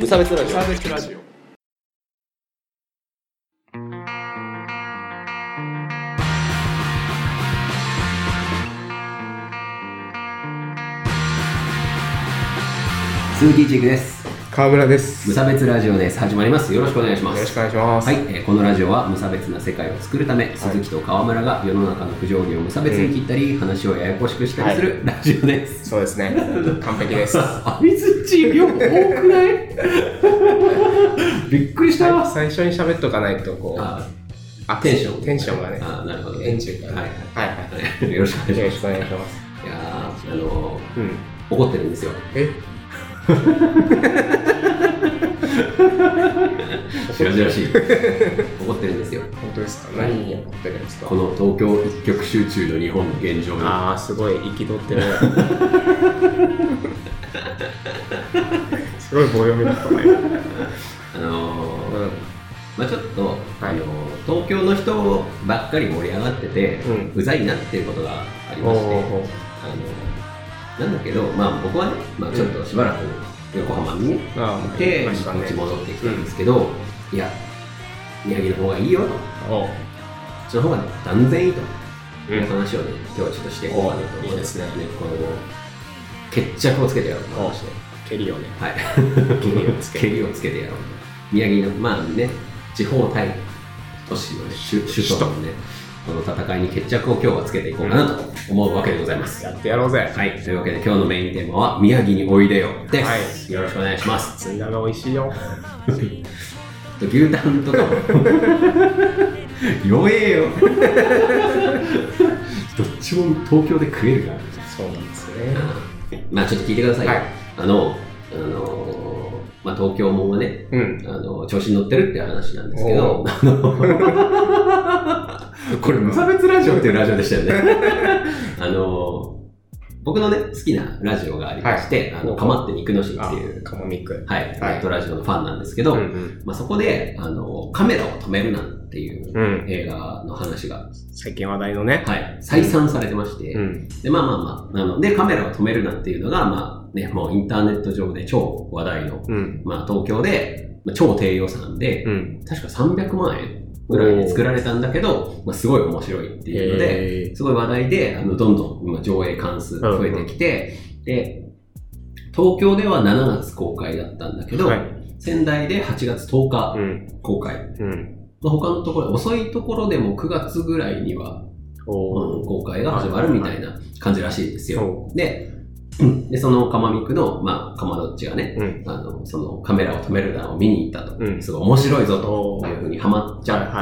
無差別ラジオ。 無差別ラジオ。 鈴木一育です。 川村です。 無差別ラジオです。始まります。よろしくお願いします。 よろしくお願いします。 はい、このラジオは無差別な世界を作るため、鈴木と川村が世の中の不条理を無差別に切ったり、話をややこしくしたりするラジオです。 そうですね。完璧です。 相づち量多くないびっくりした。 最初に喋っとかないとこうテンションがね。 なるほどね。 エンジンがね。はい。 よろしくお願いします。 よろしくお願いします。 いや怒ってるんですよ。しらじらしい。怒ってるんですよ。 本当ですか。何に怒ってるんですか。 この東京一極集中の日本の現状に。 ああ、すごい憤ってる。すごい棒読みだったね。 ちょっと、東京の人ばっかり盛り上がってて、うざいなっていうことがありまして、なんだけど、僕はね、ちょっとしばらく横浜にね、いて、こっち戻ってきたんですけど、いや、宮城の方がいいよと。その方が断然いいという話をね、今日はちょっとしていこうかなと思います。 いいですね。 この決着をつけてやろうと思いまして。 蹴りをね。 はい。蹴りをつけてやろうと。宮城の、地方対都市のね、首都のね、この戦いに決着を今日はつけていこうかなと思うわけでございます。 やってやろうぜ。 はい。というわけで今日のメインテーマは宮城においでよです。よろしくお願いします。 ずんだが美味しいよ。 牛タンとかも弱えよ。どっちも東京で食えるから。 そうなんですね。 ちょっと聞いてください。東京もね、調子に乗ってるっていう話なんですけど、これ無差別ラジオっていうラジオでしたよね。僕のね、好きなラジオがありまして、かまって肉のしっていう、 かまみく。 はい、ネットラジオのファンなんですけど、そこで、カメラを止めるなっていう映画の話が、 最近話題のね、 はい、再三されてまして、で、で、カメラを止めるなっていうのが、もうインターネット上で超話題の、東京で、超低予算で、確か300万円ぐらいで作られたんだけど、すごい面白いっていうので、すごい話題で、どんどん今上映関数が増えてきて、で、東京では7月公開だったんだけど、仙台で8月10日公開。他のところ、遅いところでも9月ぐらいには、公開が始まるみたいな感じらしいですよ。で、そのかまみくの、かまどっちがね、そのカメラを止めるなを見に行ったと。すごい面白いぞというふうにハマっちゃって、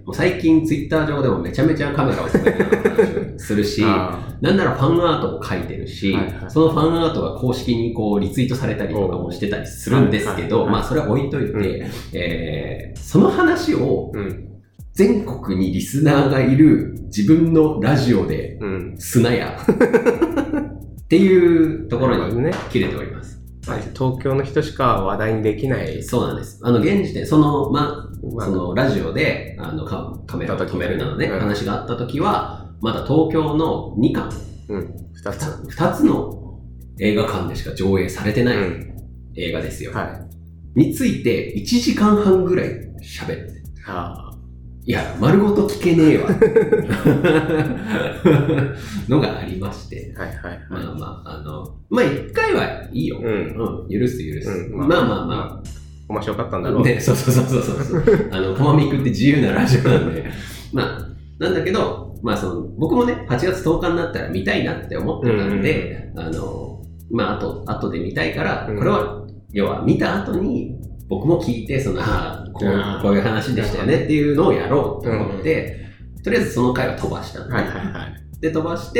もう最近ツイッター上でもめちゃめちゃカメラを止める話をするし、なんならファンアートを描いてるし、そのファンアートが公式にこうリツイートされたりとかもしてたりするんですけど、それは置いといて、その話を、全国にリスナーがいる自分のラジオで、砂や、っていうところに切れております。 東京の人しか話題にできない。 そうなんです。現時点、そのラジオで、カメラを止めるなのね、話があった時は、まだ東京の2館、2つの映画館でしか上映されてない映画ですよ。について1時間半ぐらい喋って。いや、丸ごと聞けねえわ。のがありまして。一回はいいよ。許す。 面白かったんだろう。 ね、そう。かまみくって自由なラジオなんで。なんだけど、僕もね、8月10日になったら見たいなって思ってたんで、後で見たいから、これは、要は見た後に、僕も聞いて、こういう話でしたよねっていうのをやろうと思って、とりあえずその回は飛ばしたんで、で、飛ばして、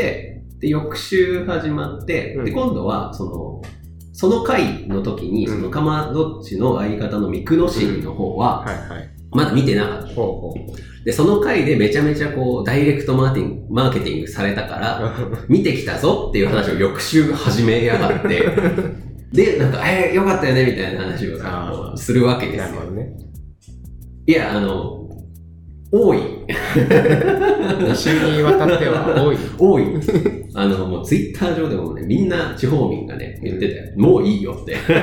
で、翌週始まって、で、今度は、その回の時に、かまどっちの相方のミクノシンの方は、まだ見てなかった。で、その回でめちゃめちゃダイレクトマーケティングされたから、見てきたぞっていう話を翌週始めやがって、で、よかったよねみたいな話をするわけですよ。 なるほどね。 いや、 多い。 2週にわたっては多い。 多い。もうツイッター上でもね、みんな地方民がね、言ってたよ。もういいよって。 確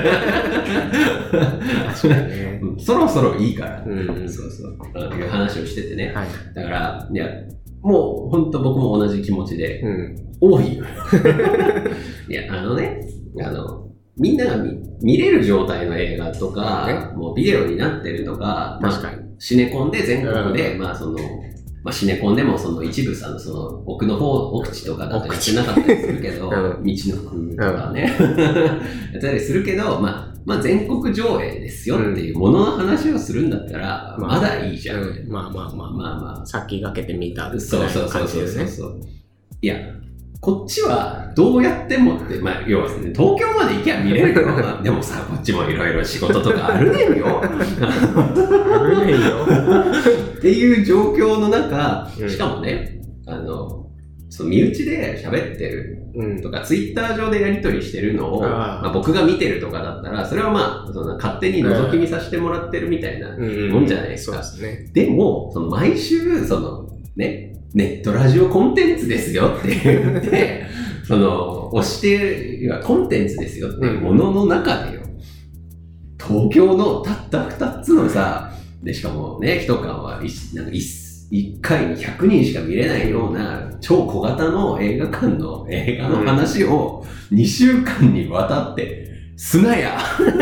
かにね。 そろそろいいから。 そうそう。いう話をしててね。 はい。 だから、いや、もう本当僕も同じ気持ちで、多いよ。いや、みんなが見れる状態の映画とか、もうビデオになってるとか、 確かに。 シネコンで全国で、シネコンでもその一部さ、その奥の方、奥地とかだとやってなかったりするけど、道のくとかね、やったりするけど、全国上映ですよっていうものの話をするんだったら、まだいいじゃん。 まあ、先駆けてみた。 そう。いや、こっちはどうやってもって、要はですね、東京まで行きゃ見れるよ。でもさ、こっちもいろいろ仕事とかあるねんよ。 あるねんよ。 っていう状況の中、しかもね、その身内で喋ってるとか、ツイッター上でやり取りしてるのを、僕が見てるとかだったら、それはその勝手に覗き見させてもらってるみたいなもんじゃないですか。でも、その毎週、そのね、ネットラジオコンテンツですよって言って、推してる、コンテンツですよっていうものの中でよ、東京のたった2つのさ、で、しかもね、一缶は1回に100人しか見れないような超小型の映画館の映画の話を2週間にわたってすなや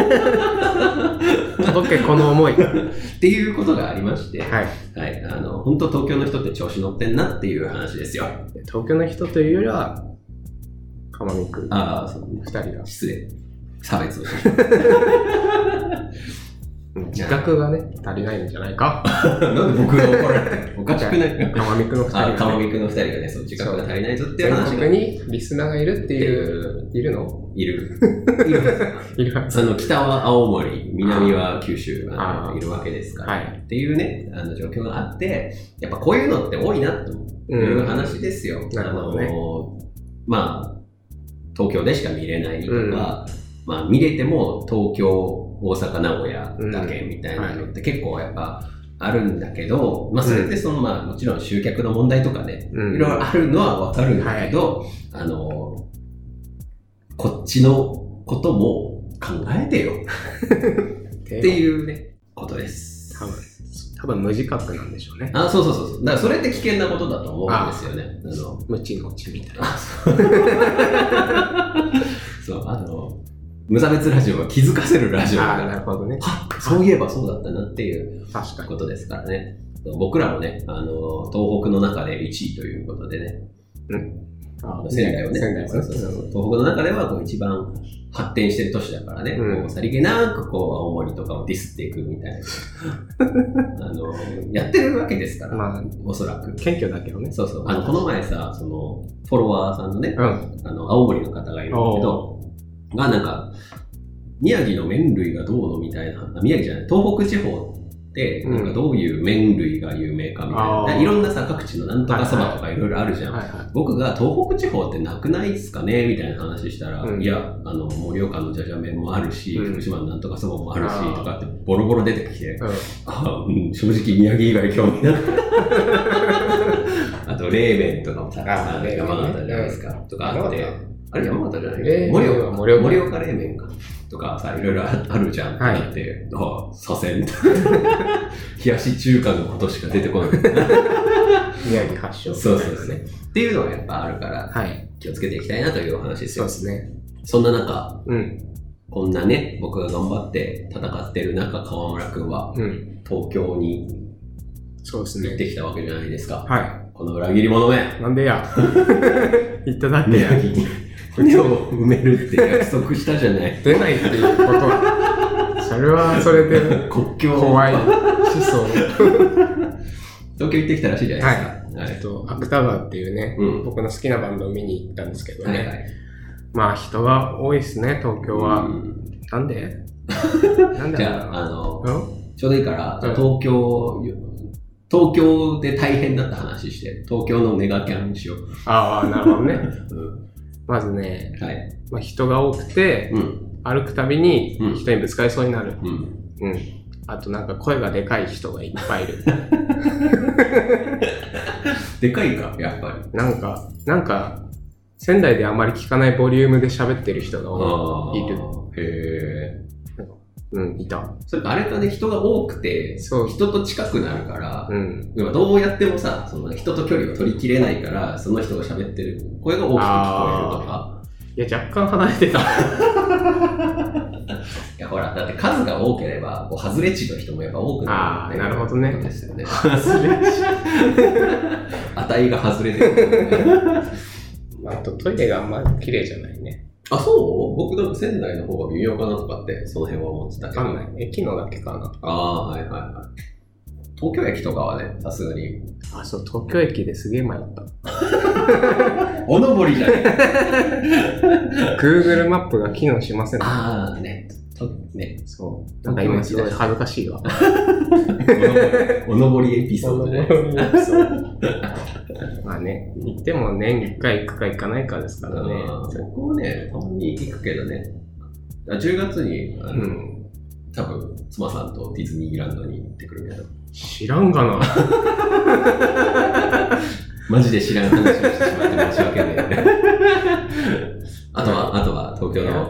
届けこの思いっていうことがありまして、 はい。 本当東京の人って調子乗ってんなっていう話ですよ。 東京の人というよりは、鎌見くん。 そう、 2人が。 失礼。差別をして。 自覚がね、足りないんじゃないか。 なんで僕が怒られてるおかしくないか。 鎌見くんの2人が、ね。 鎌見くんの2人がね、そう、自覚が足りないぞっていう話が。 全国にリスナーがいるっていう、いるの？ いる。 いる。 北は青森、南は九州がいるわけですから。 はい。 っていうね、状況があって、やっぱこういうのって多いなという話ですよ。 なるほどね。 東京でしか見れないとか、見れても東京、大阪、名古屋だけみたいなのって結構やっぱあるんだけど、それってもちろん集客の問題とかね、いろいろあるのはわかるんだけど、こっちのことも考えてよっていうね、ことです。 多分無自覚なんでしょうね。 そう。だからそれって危険なことだと思うんですよね。 無知の知みたいな。 そう、無差別ラジオは気づかせるラジオだから。 なるほどね。 そういえばそうだったなっていうことですからね。僕らもね、東北の中で1位ということでね。仙台をね。東北の中では一番発展してる都市だからね。さりげなく青森とかをディスっていくみたいな。やってるわけですから。おそらく。 謙虚だけどね。 そう。この前さ、フォロワーさんのね、青森の方がいるんだけど、なんか、宮城の麺類がどうのみたいな、宮城じゃない、東北地方って、なんかどういう麺類が有名かみたいな、いろんなさ、各地のなんとかそばとかいろいろあるじゃん。僕が東北地方ってなくないっすかねみたいな話したら、いや、盛岡のじゃじゃ麺もあるし、福島のなんとかそばもあるし、とかってボロボロ出てきて、正直宮城以外興味なかった。あと、冷麺とかもさ、山形じゃないですか、とかあって、あれ山形じゃない盛岡冷麺かとかさ、いろいろあるじゃんってなって、左遷。冷やし中華のことしか出てこない。 宮城発祥。 そうですね。っていうのがやっぱあるから、気をつけていきたいなというお話ですよ。 そうですね。 そんな中、こんなね、僕が頑張って戦ってる中、川村くんは、東京に行ってきたわけじゃないですか。この裏切り者め。 なんでや。言っただけや。 船を埋めるって約束したじゃない。 出ないっていうことは、それはそれで国境怖い思想。 東京行ってきたらしいじゃないですか。芥川っていうね、僕の好きなバンドを見に行ったんですけどね。人が多いですね、東京は。なんでじゃあ、ちょうどいいから、東京で大変だった話して、東京のネガキャンにしよう。 なるほどね。まずね、人が多くて、歩くたびに人にぶつかりそうになる。 あとなんか声がでかい人がいっぱいいる。 でかいか、やっぱり。 なんか、仙台であんまり聞かないボリュームで喋ってる人がいる。 へー。いた。 それあれかね、人が多くて、人と近くなるから、どうやってもさ、その人と距離を取りきれないから、その人が喋ってる声が大きく聞こえるとか。 いや、若干離れてた。 いや、ほら、だって数が多ければ、外れ値の人もやっぱ多くなる。 なるほどね。 ですよね。 外れ値。 値が外れてる。 あとトイレがあんま綺麗じゃないね。 あ、そう？僕なんか仙台の方が微妙かなとかって、その辺は思ってたけど。 わかんない。駅のだけかな。 はい。東京駅とかはね、さすがに。 そう、東京駅ですげえ迷った。 おのぼりじゃねえ。Google マップが機能しませんね。 そう。なんか今すごい恥ずかしいわ。 おのぼりエピソードね。 まあね、行っても年1回行くか行かないかですからね。 僕もね、たまに行くけどね。10月に、多分、妻さんとディズニーランドに行ってくるけど。 知らんかな。 マジで知らん話をしてしまって申し訳ない。あとは東京の。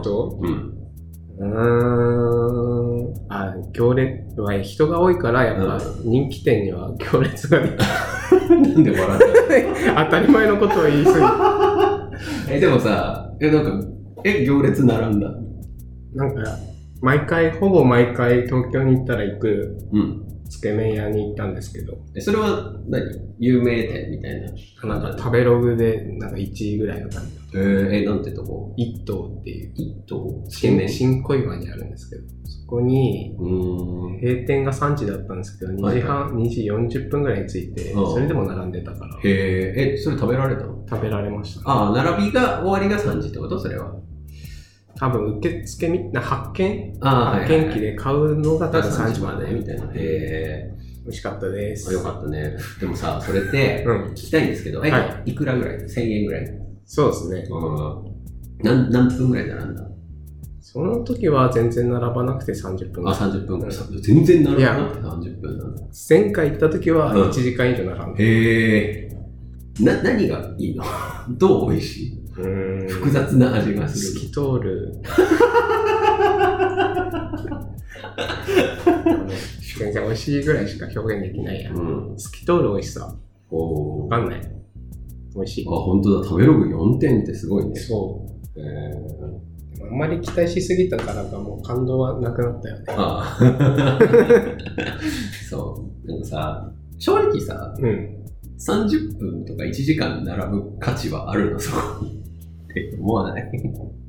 行列は人が多いからやっぱ人気店には行列ができる。 なんで笑って当たり前のことを言い過ぎ。 でもさ、行列並んだ。 なんかほぼ毎回東京に行ったら行くつけ麺屋に行ったんですけど。 それは有名店みたいな。 なんか食べログでなんか1位ぐらいの感じ。 なんてとこ？ 一東っていう。 一東？ 新小岩にあるんですけど。そこに、閉店が3時だったんですけど、2時40分ぐらいに着いて、それでも並んでたから。 それ食べられたの？ 食べられました。 並びが終わりが3時ってこと？それは。 多分受付発見機で買うのが多分3時までみたいな。美味しかったです。 よかったね。でもさ、それって聞きたいんですけど、いくらぐらい？ 1000 円ぐらい？ そうですね。 何分ぐらい並んだ？ その時は全然並ばなくて30分。 30分ぐらい。全然並ばなくて30分なんだ。 前回行った時は1時間以上並んだ。何がいいの？どう美味しい？複雑な味がする。 透き通る。全然美味しいぐらいしか表現できないや。透き通る美味しさ。わかんない。美味しい。 本当だ。食べログ4点ってすごいね。 そう。あんまり期待しすぎたからかもう感動はなくなったよね。 そう。でもさ、正直さ、30分とか1時間並ぶ価値はあるの、そこに。って思わない？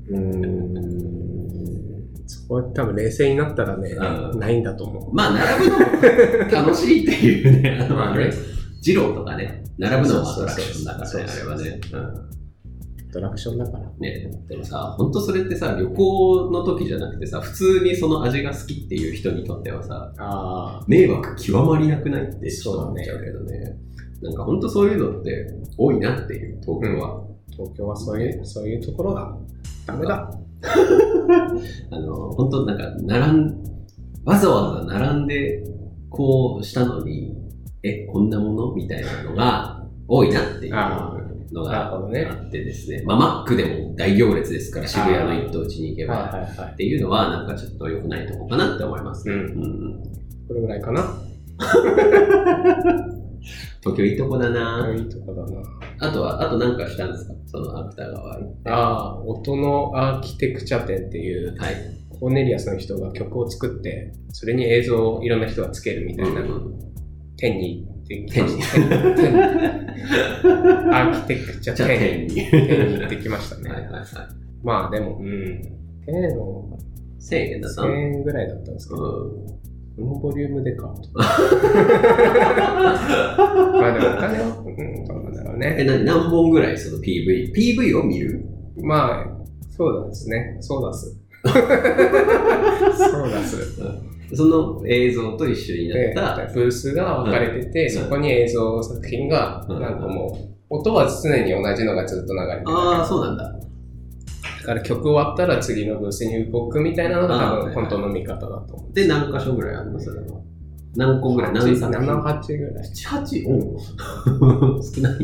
そこは多分冷静になったらね、ないんだと思う。 並ぶのも楽しいっていうね。二郎とかね、並ぶのもアトラクションだからね、あれはね。 アトラクションだから。 ね、でもさ、ほんとそれってさ、旅行の時じゃなくてさ、普通にその味が好きっていう人にとってはさ、迷惑極まりなくないって思っちゃうけどね。なんかほんとそういうのって多いなっていう、東京は。 東京はそういうところがダメだ。 本当なんかわざわざ並んでこうしたのにこんなものみたいなのが多いなっていうのがあってですね。マックでも大行列ですから、渋谷の一等地に行けばっていうのはなんかちょっと良くないとこかなって思いますね。 これぐらいかな。 東京いいとこだな。 いいとこだな。 あと何かしたんですか？その芥川行って。 音のアーキテクチャ展っていう、コーネリアスの人が曲を作って、それに映像をいろんな人がつけるみたいな展に行ってきました。アーキテクチャ展に行ってきましたね。まあでも、 1000円だった 1000円ぐらいだったんですけど、このボリュームでかと。まあでもお金は、どうなんだろうね。 何本ぐらいその PV を見る？ まあ、そうですね。そうだす。 その映像と一緒になったブースが分かれてて、そこに映像作品が、なんかもう、音は常に同じのがずっと流れてる。 そうなんだ。 から曲終わったら次のブースに動くみたいなのが多分本当の見方だと思う。 で、何箇所ぐらいあるのそれは。何個ぐらい？何作品？ 7、8ぐらい。 7、8？ お少ない。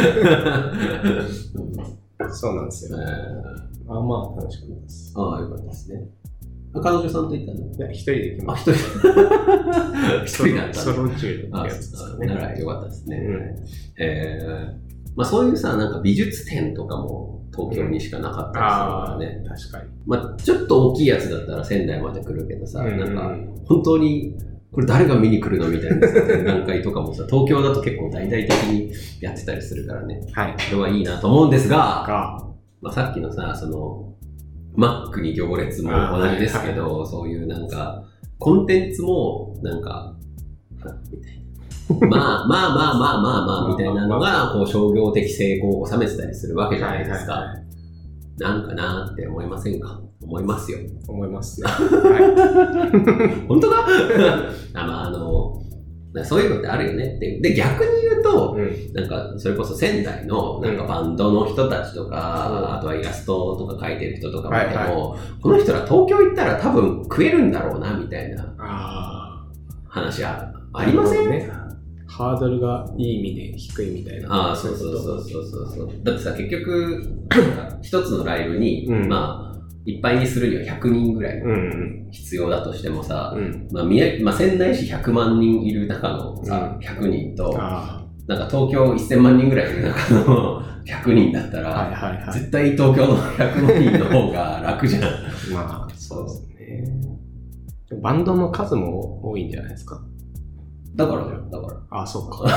そうなんですよ。まあまあ楽しかったです。 ああ、よかったですね。彼女さんと行ったの？ いや、一人で行きました。 一人だったソロ中のやつですかね。 ならよかったですね。まあそういうさ、なんか美術展とかも東京にしかなかったりするからね。 確かに。 まあちょっと大きいやつだったら仙台まで来るけどさ、なんか本当にこれ誰が見に来るのみたいな展覧会とかもさ、東京だと結構大々的にやってたりするからね。 はい。 それはいいなと思うんですが、まあさっきのさ、その、マックに行列も同じですけど、そういうなんか、コンテンツも、なんか、みたいな。まあ、みたいなのが、こう、商業的成功を収めてたりするわけじゃないですか。なんかなーって思いませんか？思いますよ。 思いますね。はい、 本当かまあ、そういうのってあるよねっていう。で、逆に言うと、なんか、それこそ仙台の、なんかバンドの人たちとか、あとはイラストとか描いてる人とか見ても、この人ら東京行ったら多分食えるんだろうな、みたいな話ありませんね。 ハードルがいい意味で低いみたいな。 そう。だってさ、結局、一つのライブに、まあ、いっぱいにするには100人ぐらい必要だとしてもさ、まあ、仙台市100万人いる中のさ、100人と、なんか東京1000万人ぐらいいる中の100人だったら、絶対東京の100人の方が楽じゃん。 まあ、そうですね。バンドの数も多いんじゃないですか。 だからじゃん、だから。 ああ、そうか。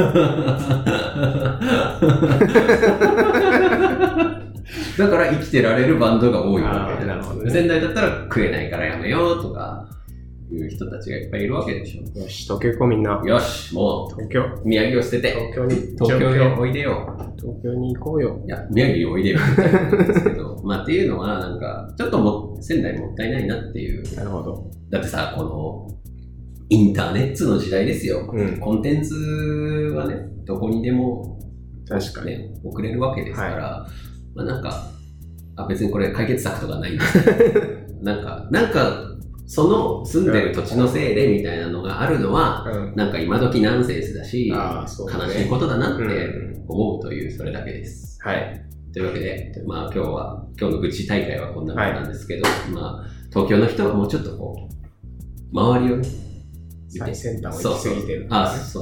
だから生きてられるバンドが多いわけで、 なるほどね。 仙台だったら食えないからやめようとかいう人たちがいっぱいいるわけでしょ。 よし、東京行こうみんな。 よし、もう東京。 宮城を捨てて東京へおいでよ。 東京に行こうよ。 いや、宮城においでよみたいなんですけど、まあっていうのはなんかちょっと仙台もったいないなっていう。 なるほど。 だってさ、このインターネットの時代ですよ。コンテンツはね、どこにでも確かに送れるわけですから、まあなんか、別にこれ解決策とかないんですけど、なんか、その住んでる土地のせいでみたいなのがあるのは、なんか今時ナンセンスだし、悲しいことだなって思うという、それだけです。 はい。 というわけで、まあ今日の愚痴大会はこんなものなんですけど、まあ東京の人はもうちょっとこう、周りをね、 最先端を行き過ぎてる。 そう。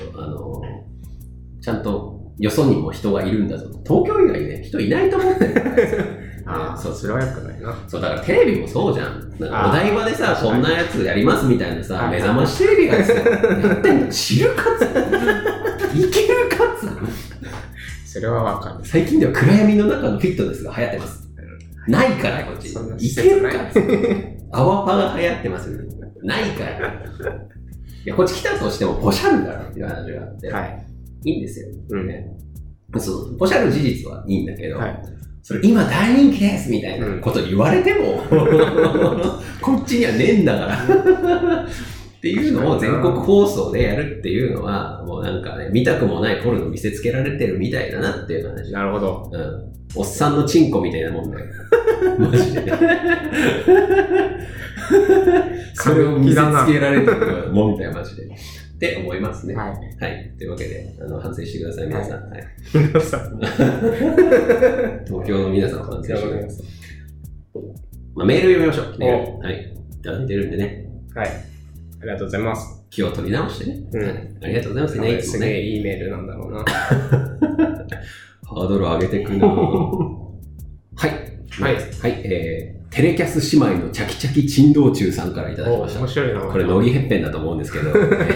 ちゃんとよそにも人がいるんだぞ。東京以外ね、人いないと思ってるからですよ。 それは良くないな。 そう、だからテレビもそうじゃん。なんかお台場でさ、こんなやつやりますみたいなさ、目覚ましテレビがですよ。やってんの知るかついけるかつそれはわかる。 最近では暗闇の中のフィットネスが流行ってます。ないから、こっち。いけるかアワパが流行ってますよ。ないから。いや、こっち来たとしてもポシャるからっていう話があって。いいんですよ。ポシャる事実はいいんだけど、それ今大人気ですみたいなこと言われても、こっちにはねえんだからっていうのを全国放送でやるっていうのは、もうなんかね、見たくもないポルノ見せつけられてるみたいだなっていう話。 なるほど。 おっさんのチンコみたいなもんだよ。マジで。それを見せつけられてるもんみたいな、マジで。って思いますね。はい。というわけで、反省してください、皆さん。 皆さん。 東京の皆さん、反省してください。メール読みましょう。はい。いただいてるんでね。 はい。ありがとうございます。 気を取り直してね。ありがとうございますね。 すげえいいメールなんだろうな。 ハードル上げてくなはい。テレキャス姉妹のチャキチャキ珍道中さんからいただきました。 面白いな。 これ、乃木へっぺんだと思うんですけど。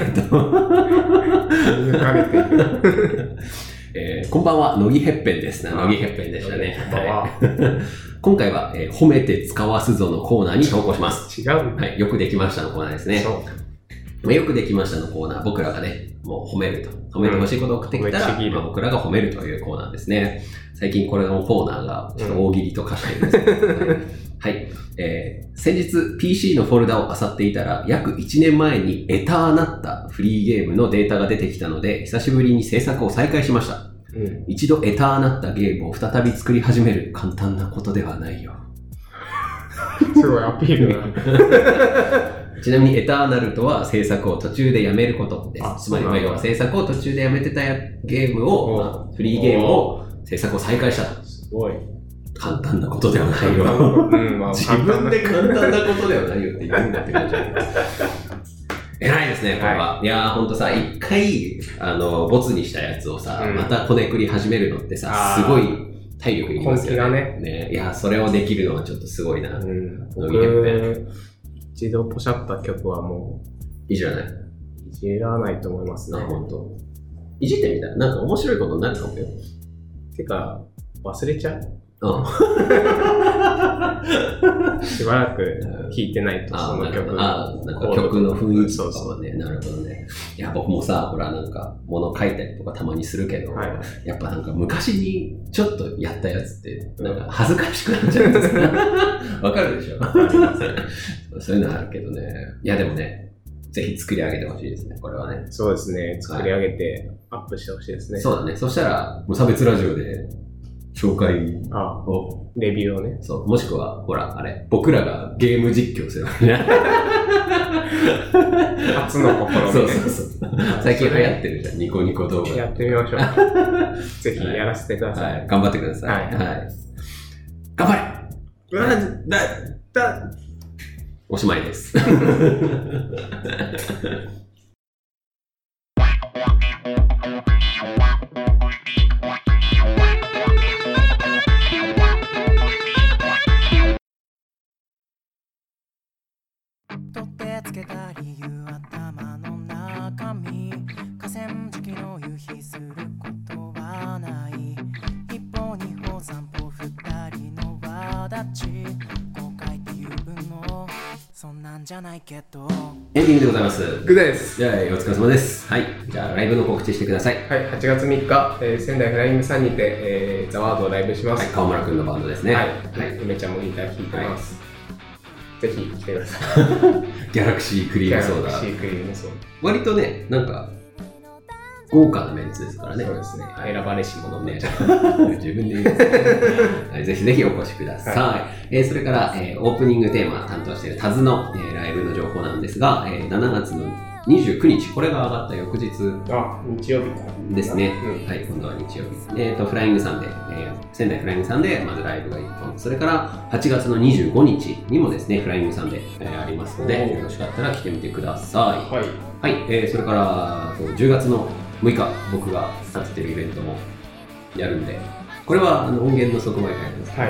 こんばんは、乃木へっぺんですな。乃木へっぺんでしたね。今回は、褒めて使わすぞのコーナーに投稿します。 違う。 はい。よくできましたのコーナーですね。よくできましたのコーナー、僕らがね、もう褒めると。褒めてほしいことを送ってきたら、僕らが褒めるというコーナーですね。最近これのコーナーがちょっと大喜利と化してるんですけど、はい。先日 PC のフォルダを漁っていたら、約1年前にエターナッタフリーゲームのデータが出てきたので、久しぶりに制作を再開しました。 一度エターなったゲームを再び作り始める簡単なことではないよ。 すごいアピールな。ちなみにエターナルとは制作を途中でやめることです。つまり要は制作を途中でやめてたゲームを、フリーゲームを制作を再開した。 すごい。 簡単なことではないよ。自分で簡単なことではないよって言うんだって感じ。偉いですね、これは。いやー、ほんとさ、一回、ボツにしたやつをさ、またこねくり始めるのってさ、すごい体力いりますよね。 根気がね。 いや、それをできるのはちょっとすごいな。 僕、一度ポシャった曲はもう、 いじらない？ いじらないと思いますね。 ほんと。いじってみたら、なんか面白いことになるかもよ。 てか、忘れちゃう。 うん。 しばらく弾いてないと、その曲。 なんか曲の雰囲気とかはね、なるほどね。いや、僕もさ、ほら、なんか、物書いたりとかたまにするけど、やっぱなんか昔にちょっとやったやつって、なんか恥ずかしくなっちゃうんですよ。わかるでしょ？そういうのあるけどね。いや、でもね、ぜひ作り上げてほしいですね、これはね。 そうですね、作り上げてアップしてほしいですね。 そうだね。そしたら、無差別ラジオで、紹介を。 レビューをね。 そう。もしくは、ほら、あれ、僕らがゲーム実況するわけね。 初の試みね。 そう。最近流行ってるじゃん、ニコニコ動画。 やってみましょう。ぜひやらせてください。 頑張ってください。はい。頑張れ！おしまいです。 取ってつけた理由頭の中身河川敷の夕日することはない一歩二歩三歩二人の輪立ち後悔っていうのそんなんじゃないけどエンディングでございます。 グです。 じゃあ、お疲れ様です。はい。じゃあ、ライブの告知してください。 はい、8月3日、仙台フライングさんにて、ザワードをライブします。 はい、川村くんのバンドですね。 はい。梅ちゃんもギター弾いてます。ぜひ来てください。 ギャラクシークリームソーダ。 ギャラクシークリームソーダ。 割とね、なんか、豪華なメンツですからね。 そうですね。選ばれし者ね。 自分で言うんですね。はい、ぜひぜひお越しください。それから、オープニングテーマ担当しているタズの、ライブの情報なんですが、7月の29日、これが上がった翌日。 日曜日か。 ですね。はい、今度は日曜日。フライングさんで、仙台フライングさんで、まずライブが1本。それから、8月の25日にもですね、フライングさんで、ありますので、よろしかったら来てみてください。はい。それから、10月の6日、僕が立ててるイベントもやるんで、これは音源の即売会です。はい。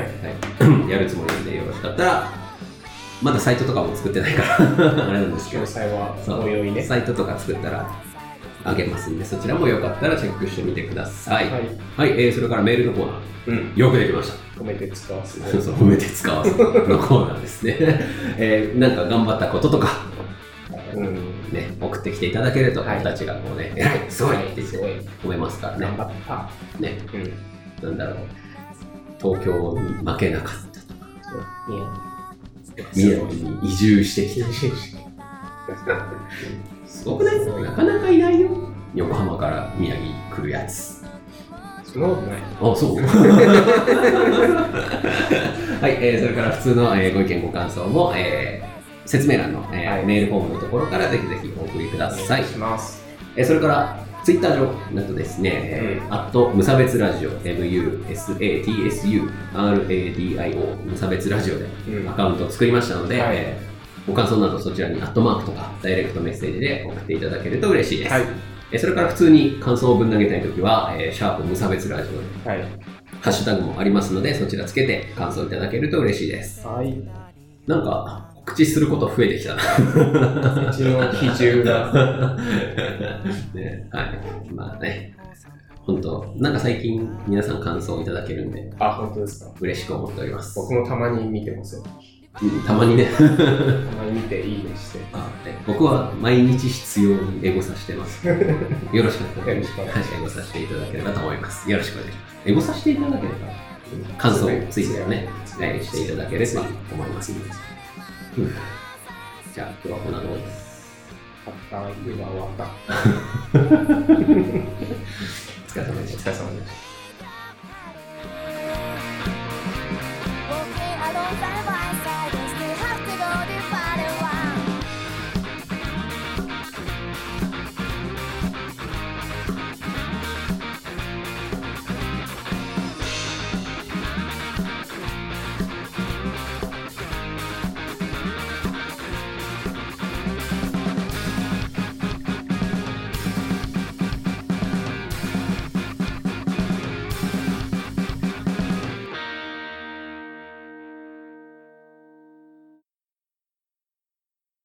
やるつもりなんで、よろしかったら、まだサイトとかも作ってないからあれなんですけど、 詳細はおいおいね。 サイトとか作ったらあげますんで、そちらもよかったらチェックしてみてください。はい。それからメールのコーナー、よくできました。 褒めて使わす。 そう、褒めて使わすのコーナーですね。なんか頑張ったこととか、ね、送ってきていただけると、僕たちがもうね、偉い、すごいって言って褒めますからね。 頑張った。 ね、なんだろう、東京に負けなかったとか、宮城に移住してきた。すごくない？なかなかいないよ。横浜から宮城来るやつ。 そんなことない。 あ、そう。はい、それから普通の、ご意見ご感想も、説明欄の、メールフォームのところからぜひぜひお送りください。 お願いします。 それからツイッター上だとですね、無差別ラジオ MUSATSURADIO 無差別ラジオでアカウントを作りましたので、ご感想などそちらにアットマークとかダイレクトメッセージで送っていただけると嬉しいです。それから普通に感想をぶん投げたいときは、シャープ無差別ラジオで、ハッシュタグもありますので、そちらつけて感想いただけると嬉しいです。なんか告知すること増えてきたな。 うちの比重が、 ね、はい。まあね、本当なんか最近皆さん感想をいただけるんで、 本当ですか？ 嬉しく思っております。 僕もたまに見てますよ。 たまにね。 たまに見ていいねして。 僕は毎日必要にエゴさしてます。よろしかったら、エゴさせていただければと思います。よろしくお願いします。エゴさせていただければ、感想についてはね、していただければと思います。じゃあ今日はこんなところです。 今終わった。 疲れ様でした。お疲れ様でした。